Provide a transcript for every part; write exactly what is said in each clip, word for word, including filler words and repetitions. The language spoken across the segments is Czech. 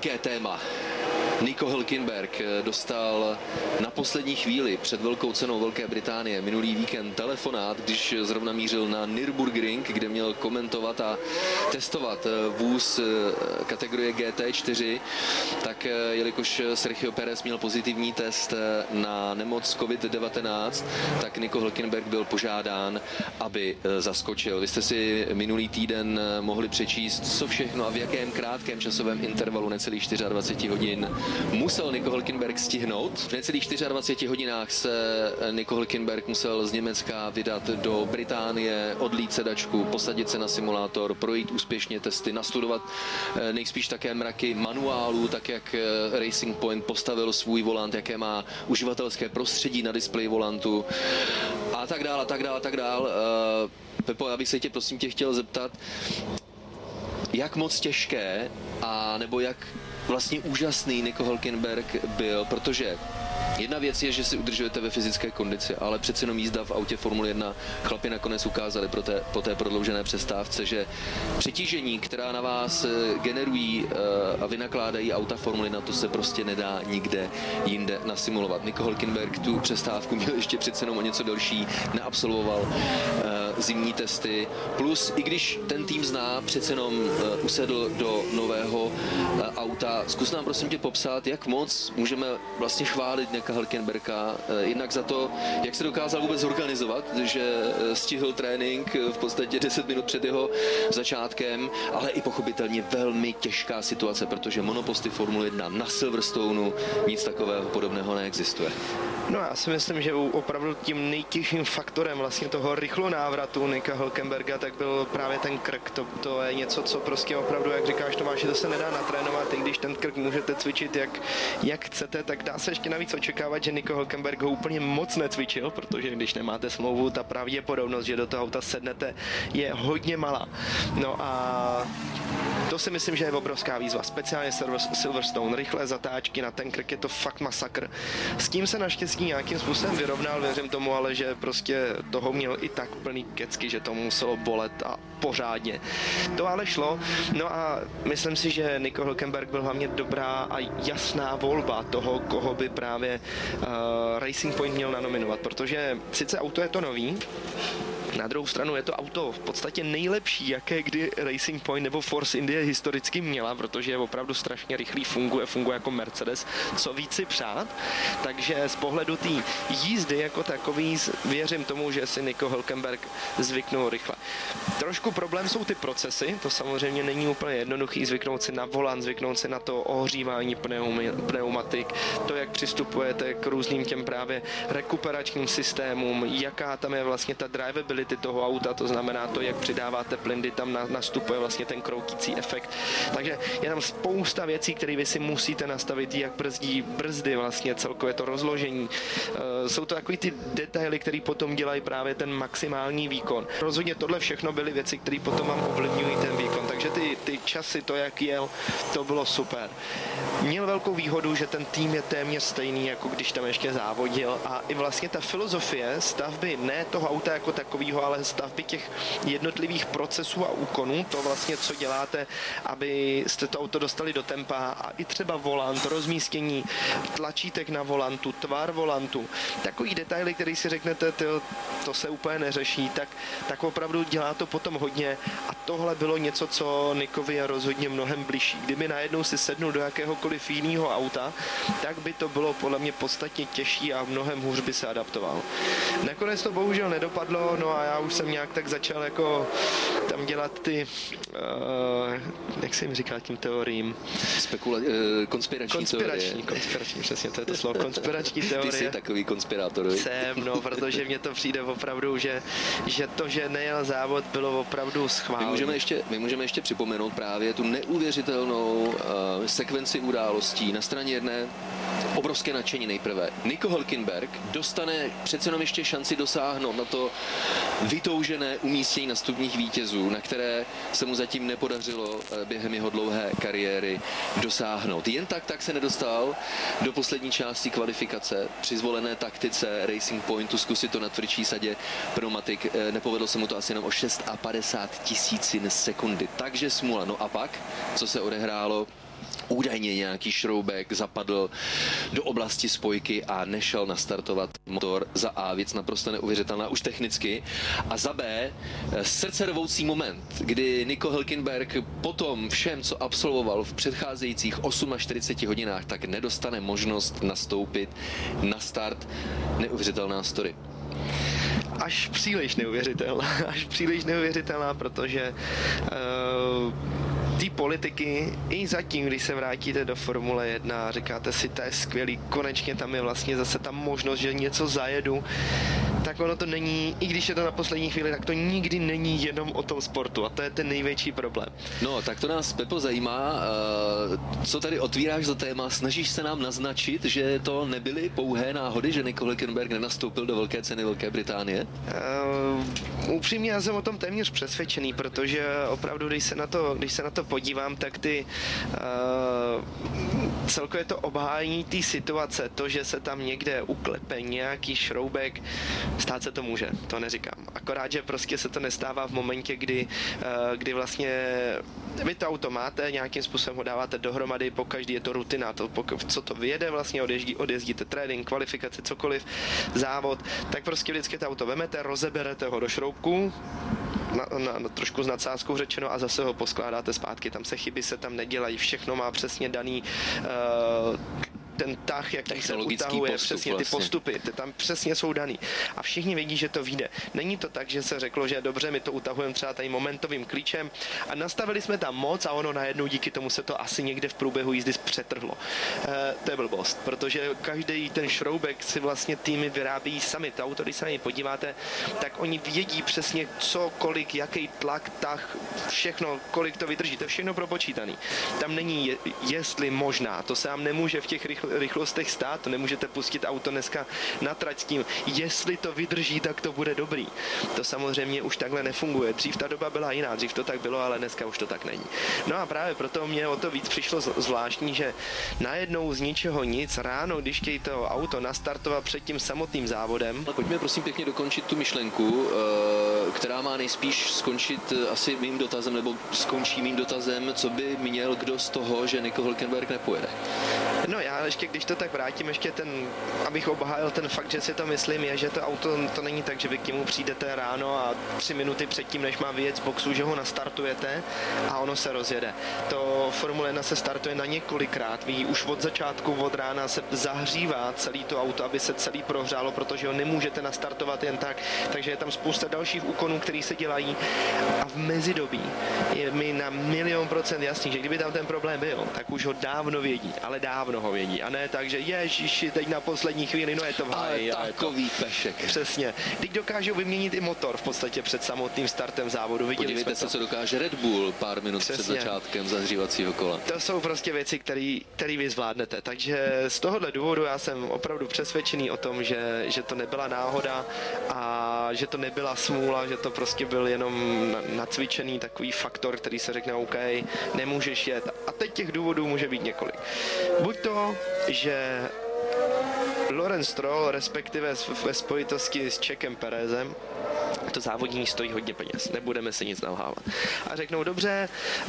Velké téma. Nico Hülkenberg dostal na poslední chvíli před velkou cenou Velké Británie minulý víkend telefonát, když zrovna mířil na Nürburgring, kde měl komentovat a testovat vůz kategorie G T čtyři, tak jelikož Sergio Pérez měl pozitivní test na nemoc COVID devatenáct, tak Nico Hülkenberg byl požádán, aby zaskočil. Vy jste si minulý týden mohli přečíst, co všechno a v jakém krátkém časovém intervalu necelých dvacet čtyři hodin musel Nico Hülkenberg stihnout. V necelých dvacet čtyři hodinách se Nico Hülkenberg musel z Německa vydat do Británie, odlít sedačku, posadit se na simulátor, projít úspěšně testy, nastudovat nejspíš také mraky manuálů, tak jak Racing Point postavil svůj volant, jaké má uživatelské prostředí na displeji volantu a tak dál, a tak dál, a tak dál. Pepo, já bych se tě prosím tě chtěl zeptat, jak moc těžké a nebo jak vlastně úžasný Nico Hülkenberg byl, protože jedna věc je, že si udržujete ve fyzické kondici, ale přeci jenom jízda v autě Formule jedna chlapi nakonec ukázali pro té, po té prodloužené přestávce, že přetížení, která na vás generují a vynakládají auta Formule jedna, to se prostě nedá nikde jinde nasimulovat. Nico Hülkenberg tu přestávku měl ještě přeci jenom o něco delší, neabsolvoval zimní testy, plus i když ten tým zná, přeci jenom usedl do nového auta. Zkus nám prosím tě popsat, jak moc můžeme vlastně chválit Nika Hülkenberga, jednak za to, jak se dokázal vůbec zorganizovat, že stihl trénink v podstatě deset minut před jeho začátkem, ale i pochopitelně velmi těžká situace, protože monoposty Formule jedna na Silverstoneu nic takového podobného neexistuje. No já si myslím, že opravdu tím nejtěžším faktorem vlastně toho rychlo návratu Nika Hülkenberga tak byl právě ten krk. To, to je něco, co prostě opravdu, jak říkáš Tomáši, to se nedá natrénovat, i když ten krk můžete cvičit jak, jak chcete, tak dá se ještě navíc očekávat, že Nico Hülkenberg ho úplně moc necvičil, protože když nemáte smlouvu, ta pravděpodobnost, že do toho auta sednete, je hodně malá. No a to si myslím, že je obrovská výzva, speciálně Silverstone, rychlé zatáčky na ten krk, je to fakt masakr. S tím se naštěstí nějakým způsobem vyrovnal, věřím tomu, ale že prostě toho měl i tak plný kecky, že to muselo bolet a pořádně. To ale šlo, no a myslím si, že Nico Hülkenberg byl hlavně dobrá a jasná volba toho, koho by právě uh, Racing Point měl nanominovat, protože sice auto je to nový, na druhou stranu je to auto v podstatě nejlepší, jaké kdy Racing Point nebo Force India historicky měla, protože je opravdu strašně rychlý, funguje, funguje jako Mercedes, co víc si přát. Takže z pohledu té jízdy jako takový věřím tomu, že si Nico Hülkenberg zvyknul rychle. Trošku problém jsou ty procesy, to samozřejmě není úplně jednoduchý, zvyknout si na volant, zvyknout si na to ohřívání pneumatik, to, jak přistupujete k různým těm právě rekuperačním systémům, jaká tam je vlastně ta drivability toho auta, to znamená to, jak přidáváte plyn, kdy tam nastupuje vlastně ten kroutící efekt. Takže je tam spousta věcí, které vy si musíte nastavit, jak brzdí brzdy, vlastně celkově to rozložení. Jsou to takový ty detaily, které potom dělají právě ten maximální výkon. Rozhodně tohle všechno byly věci, které potom vám ovlivňují ten výkon, takže ty, ty časy, to, jak jel, to bylo super. Měl velkou výhodu, že ten tým je téměř stejný, jako když tam ještě závodil, a i vlastně ta filozofie stavby ne toho auta jako takového, ale stavby těch jednotlivých procesů a úkonů, to vlastně, co děláte, aby jste to auto dostali do tempa, a i třeba volant, rozmístění tlačítek na volantu, tvar volantu, takový detaily, který si řeknete, tyjo, to se úplně neřeší, tak, tak opravdu dělá to potom hodně, a tohle bylo něco, co Nikovi je rozhodně mnohem bližší. Kdyby najednou si sednul do jakéhokoliv jiného auta, tak by to bylo podle mě podstatně těžší a mnohem hůř by se adaptoval. Nakonec to bohužel nedopadlo, no a já už jsem nějak tak začal jako tam dělat ty, uh, jak se jim říká tím teoriím? Spekula- uh, konspirační, konspirační teorie. Konspirační, přesně, to je to slovo, konspirační teorie. Ty jsi takový konspirátor. Jsem, no, protože mně to přijde opravdu, že, že to, že nejel závod, bylo opravdu schválné. My můžeme ještě, my můžeme ještě připomenout právě tu neuvěřitelnou uh, sekvenci událostí. Na straně jedné obrovské nadšení nejprve. Nico Hülkenberg dostane přece jenom ještě šanci dosáhnout na to vytoužené umístění na stupních vítězů, na které se mu zatím nepodařilo během jeho dlouhé kariéry dosáhnout. Jen tak, tak se nedostal do poslední části kvalifikace při zvolené taktice Racing Pointu zkusit to na tvrdší sadě pneumatik. Nepovedlo se mu to asi jenom o padesát šest tisícin sekundy, takže smůla. No a pak, co se odehrálo údajně nějaký šroubek zapadl do oblasti spojky a nešel nastartovat motor. Za A věc naprosto neuvěřitelná už technicky a za B srdcervoucí moment, kdy Nico Hülkenberg potom všem, co absolvoval v předcházejících čtyřiceti osmi hodinách, tak nedostane možnost nastoupit na start. Neuvěřitelná story. Až příliš neuvěřitelná, až příliš neuvěřitelná, protože uh, ty politiky i zatím, když se vrátíte do Formule jedna, říkáte si, to je skvělý, konečně tam je vlastně zase ta možnost, že něco zajedu, tak ono to není, i když je to na poslední chvíli, tak to nikdy není jenom o tom sportu a to je ten největší problém. No, tak to nás, Pepo, zajímá, co tady otvíráš za téma, snažíš se nám naznačit, že to nebyly pouhé náhody, že Nico Hülkenberg nenastoupil do velké ceny Velké Británie? Uh, upřímně já jsem o tom téměř přesvědčený, protože opravdu, když se na to, když se na to podívám, tak ty uh, celkově to obhájení té situace, to, že se tam někde uklepe nějaký šroubek, stát se to může, to neříkám. Akorát, že prostě se to nestává v momentě, kdy, uh, kdy vlastně vy to auto máte, nějakým způsobem ho dáváte dohromady, pokaždý je to rutina, to, co to vyjede vlastně, odjezdí, odjezdíte trénink, kvalifikaci, cokoliv, závod, tak prostě vždycky to auto vemete, rozeberete ho do šroubku, na, na, na trošku s nadsázkou řečeno a zase ho poskládáte zpátky, tam se chyby se tam nedělají, všechno má přesně daný uh, ten tah, jak se utahuje, postup, přesně vlastně. Ty postupy, ty tam přesně jsou daný. A všichni vědí, že to vyjde. Není to tak, že se řeklo, že dobře, my to utahujeme třeba tady momentovým klíčem a nastavili jsme tam moc a ono najednou díky tomu se to asi někde v průběhu jízdy přetrhlo. E, to je blbost, protože každý ten šroubek si vlastně týmy vyrábí sami. To auto, když se na něj podíváte, tak oni vědí přesně co, kolik, jaký tlak, tah, všechno, kolik to vydrží. To je všechno propočítaný. Tam není je, jestli možná, to se vám nemůže v těch rychl rychlostech stát, to nemůžete pustit auto dneska na trať s tím, jestli to vydrží, tak to bude dobrý. To samozřejmě už takhle nefunguje. Dřív ta doba byla jiná, dřív to tak bylo, ale dneska už to tak není. No a právě proto mě o to víc přišlo zvláštní, že najednou z ničeho nic ráno, když chtějí to auto nastartovat před tím samotným závodem. Pojďme prosím pěkně dokončit tu myšlenku, která má nejspíš skončit asi mým dotazem, nebo skončí mým dotazem, co by měl kdo z toho, že Nico Hülkenberg nepojede. No já ještě, když to tak vrátím, ještě ten, abych obhájil ten fakt, že si to myslím, je, že to auto, to není tak, že vy k němu přijdete ráno a tři minuty předtím, než má vyjet z boxu, že ho nastartujete a ono se rozjede. To Formule jedna se startuje na několikrát, vy už od začátku, od rána se zahřívá celý to auto, aby se celý prohřálo, protože ho nemůžete nastartovat jen tak, takže je tam spousta dalších úkonů, které se dělají a v mezidobí je mi na milion procent jasný, že kdyby tam ten problém byl, tak už ho dávno vědí, ale dávno ho vědí. A ne tak, že ježiši, teď na poslední chvíli, no je to v háji. Ale takový to... pešek. Přesně. Teď dokážou vyměnit i motor v podstatě před samotným startem závodu. Viděli Podívejte se, to. co dokáže Red Bull pár minut Přesně. před začátkem zahřívacího kola. To jsou prostě věci, které vy zvládnete. Takže z tohohle důvodu já jsem opravdu přesvědčený o tom, že, že to nebyla náhoda a že to nebyla smůla, že to prostě byl jenom nacvičený takový faktor, který se řekne OK, nemůžeš jet. A teď těch důvodů může být několik. Buď to, že Lawrence Stroll, respektive ve spojitosti s Čekem Perezem, to závodní stojí hodně peněz, nebudeme se nic nalhávat. A řeknou, dobře,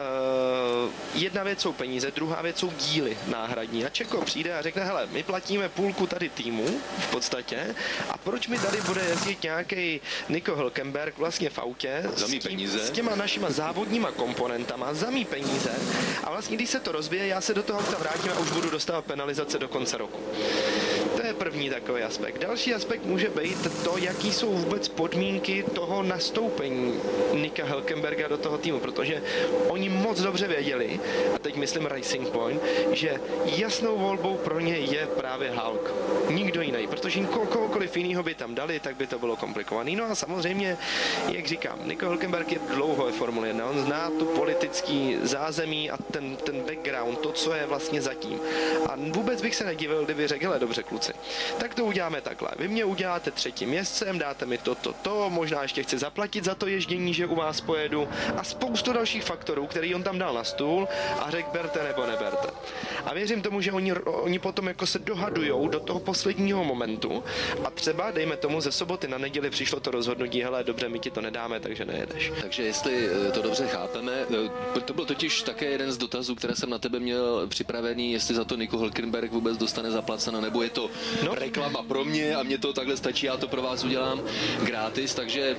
uh, jedna věc jsou peníze, druhá věc jsou díly náhradní. A Čeko přijde a řekne, hele, my platíme půlku tady týmu, v podstatě, a proč mi tady bude jezdit nějaký Nico Hülkenberg vlastně v autě za mý peníze. S těma našima závodníma komponentama, za mý peníze, a vlastně když se to rozbije, já se do toho auta vrátím a už budu dostávat penalizace do konce roku. To je první takový aspekt. Další aspekt může být to, jaký jsou vůbec podmínky toho nastoupení Nika Hülkenberga do toho týmu, protože oni moc dobře věděli, a teď myslím Racing Point, že jasnou volbou pro ně je právě Hulk. Nikdo jiný, protože kohokoliv jinýho by tam dali, tak by to bylo komplikovaný. No a samozřejmě, jak říkám, Nico Hülkenberg je dlouho ve Formule jedna, on zná tu politický zázemí a ten, ten background, to, co je vlastně zatím. A vůbec bych se nedivil, kdyby řekl, hele, dobře kluci, tak to uděláme takhle. Vy mě uděláte třetím jezdcem, dáte mi to, to, to, možná ještě chci zaplatit za to ježdění, že u vás pojedu a spoustu dalších faktorů, který on tam dal na stůl a řekl berte nebo neberte. A A věřím tomu, že oni, oni potom jako se dohadujou do toho posledního momentu a třeba, dejme tomu, ze soboty na neděli přišlo to rozhodnutí, hele, dobře, my ti to nedáme, takže nejedeš. Takže jestli to dobře chápeme, to byl totiž také jeden z dotazů, které jsem na tebe měl připravený, jestli za to Nico Hülkenberg vůbec dostane zaplaceno, nebo je to no. reklama pro mě a mě to takhle stačí, já to pro vás udělám gratis, takže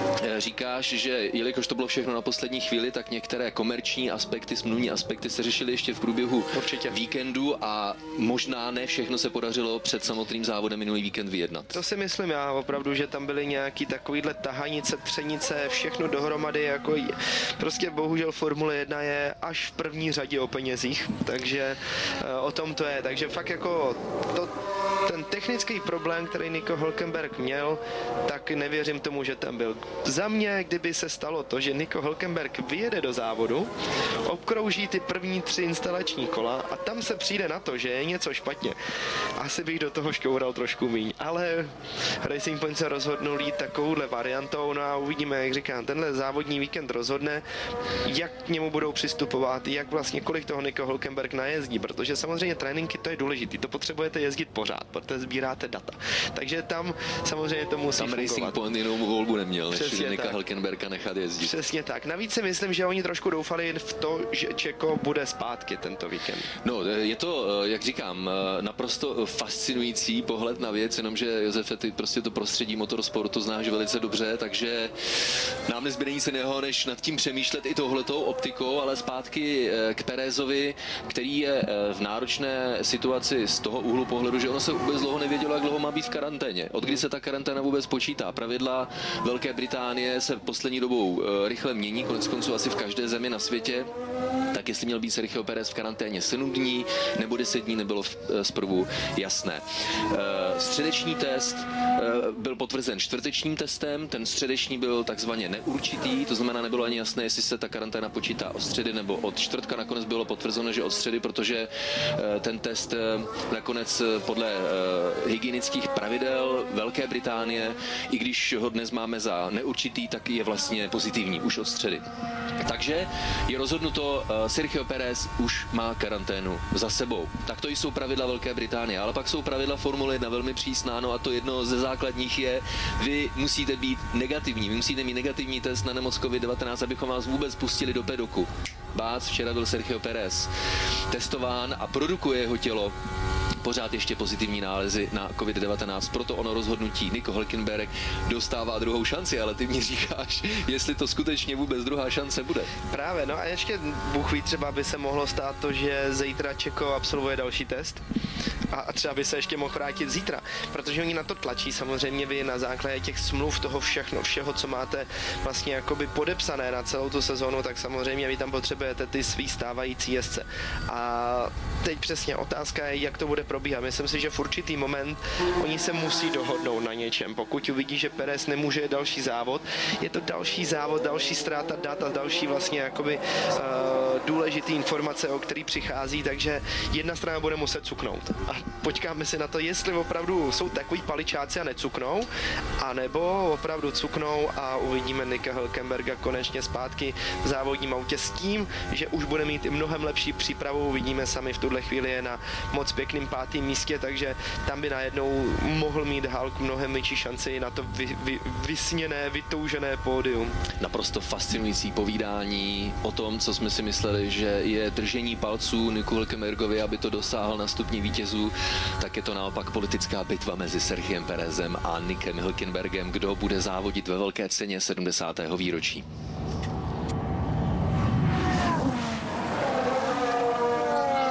říkáš, že jelikož to bylo všechno na poslední chvíli, tak některé komerční aspekty, smluvní aspekty se řešily ještě v průběhu Určitě. víkendu a možná ne všechno se podařilo před samotným závodem minulý víkend vyjednat. To si myslím já opravdu, že tam byly nějaký takovýhle tahanice, třenice, všechno dohromady, jako prostě bohužel Formule jedna je až v první řadě o penězích, takže o tom to je, takže fakt jako to, ten technický problém, který Nico Hülkenberg měl, tak nevěřím tomu, že tam byl. Za mě, kdyby se stalo to, že Nico Hülkenberg vyjede do závodu, obkrouží ty první tři instalační kola a tam se přijde na to, že je něco špatně, asi bych do toho škoural trošku míň, ale Racing Point se rozhodnul jít takovouhle variantou, no a uvidíme, jak říkám, tenhle závodní víkend rozhodne, jak k němu budou přistupovat, jak vlastně kolik toho Nico Hülkenberg najezdí, protože samozřejmě tréninky to je důležitý, to potřebujete jezdit pořád, protože sbíráte data. Takže tam samozřejmě to musí tam fungovat. Racing Point jinou volbu neměl, než Přesně Nika tak. Hülkenberga nechat jezdit. Přesně tak. Navíc si myslím, že oni trošku doufali v to, že Čeko bude zpátky tento víkend. No, je to, jak říkám, naprosto fascinující pohled na věc, jenomže Josefe, ty prostě to prostředí motorsportu znáš velice dobře, takže nám nezbyde nic jiného, než nad tím přemýšlet i touhletou optikou, ale zpátky k Pérezovi, který je v náročné situaci z toho úhlu pohledu, že ono se vůbec dlouho nevědělo, jak dlouho má být v karanténě. Od kdy se ta karanténa vůbec počítá? Pravidla Velké Británie se poslední dobou rychle mění, konec konců asi v každé zemi na světě. Tak jestli měl být Sergio Pérez v karanténě sedm dní nebo deset dní, nebylo zprvu jasné. Středeční test byl potvrzen čtvrtečním testem, ten středeční byl takzvaně neurčitý, to znamená, nebylo ani jasné, jestli se ta karanténa počítá od středy nebo od čtvrtka. Nakonec bylo potvrzeno, že od středy, protože ten test nakonec podle hygienických pravidel Velké Británie, i když ho dnes máme za neurčitý, tak je vlastně pozitivní už od středy. Takže je rozhodnuto, Sergio Pérez už má karanténu za sebou. Tak to jsou pravidla Velké Británie, ale pak jsou pravidla Formule jedna velmi přísná, no a to jedno ze základních je, vy musíte být negativní, vy musíte mít negativní test na nemoc covid devatenáct, abychom vás vůbec pustili do pedoku. Bác, včera byl Sergio Pérez testován a produkuje jeho tělo pořád ještě pozitivní nálezy na covid devatenáct, proto ono rozhodnutí Nico Hülkenberg dostává druhou šanci, ale ty mi říkáš, jestli to skutečně vůbec druhá šance bude. Právě, no a ještě Bůh ví, třeba by se mohlo stát to, že zítra Čeko absolvuje další test a třeba by se ještě mohl vrátit zítra, protože oni na to tlačí samozřejmě vy na základě těch smluv toho všechno, všeho, co máte vlastně jakoby podepsané na celou tu sezonu, tak samozřejmě vy tam potřebujete ty svý stávající jezdce. A teď přesně otázka je, jak to bude probíhat. Myslím si, že v určitý moment oni se musí dohodnout na něčem. Pokud uvidí, že Pérez nemůže další závod, je to další závod, další ztráta dat a další vlastně jakoby uh, důležitý informace, o který přichází, takže jedna strana bude muset cuknout. A počkáme si na to, jestli opravdu jsou takový paličáci a necuknou, anebo opravdu cuknou a uvidíme Nika Hülkenberga konečně zpátky v závodním autě s tím, že už bude mít i mnohem lepší přípravu. Uvidíme sami, v tuhle chvíli je na moc pěkným pátém místě, takže tam by najednou mohl mít Hulk mnohem větší šanci na to vy, vy, vysněné, vytoužené pódium. Naprosto fascinující povídání o tom, co jsme si mysleli, že je držení palců Niku Hülkenbergovi, aby to dosáhl na stupni vítězů, tak je to naopak politická bitva mezi Sergiem Pérezem a Nikem Hülkenbergem, kdo bude závodit ve velké ceně sedmdesátého výročí.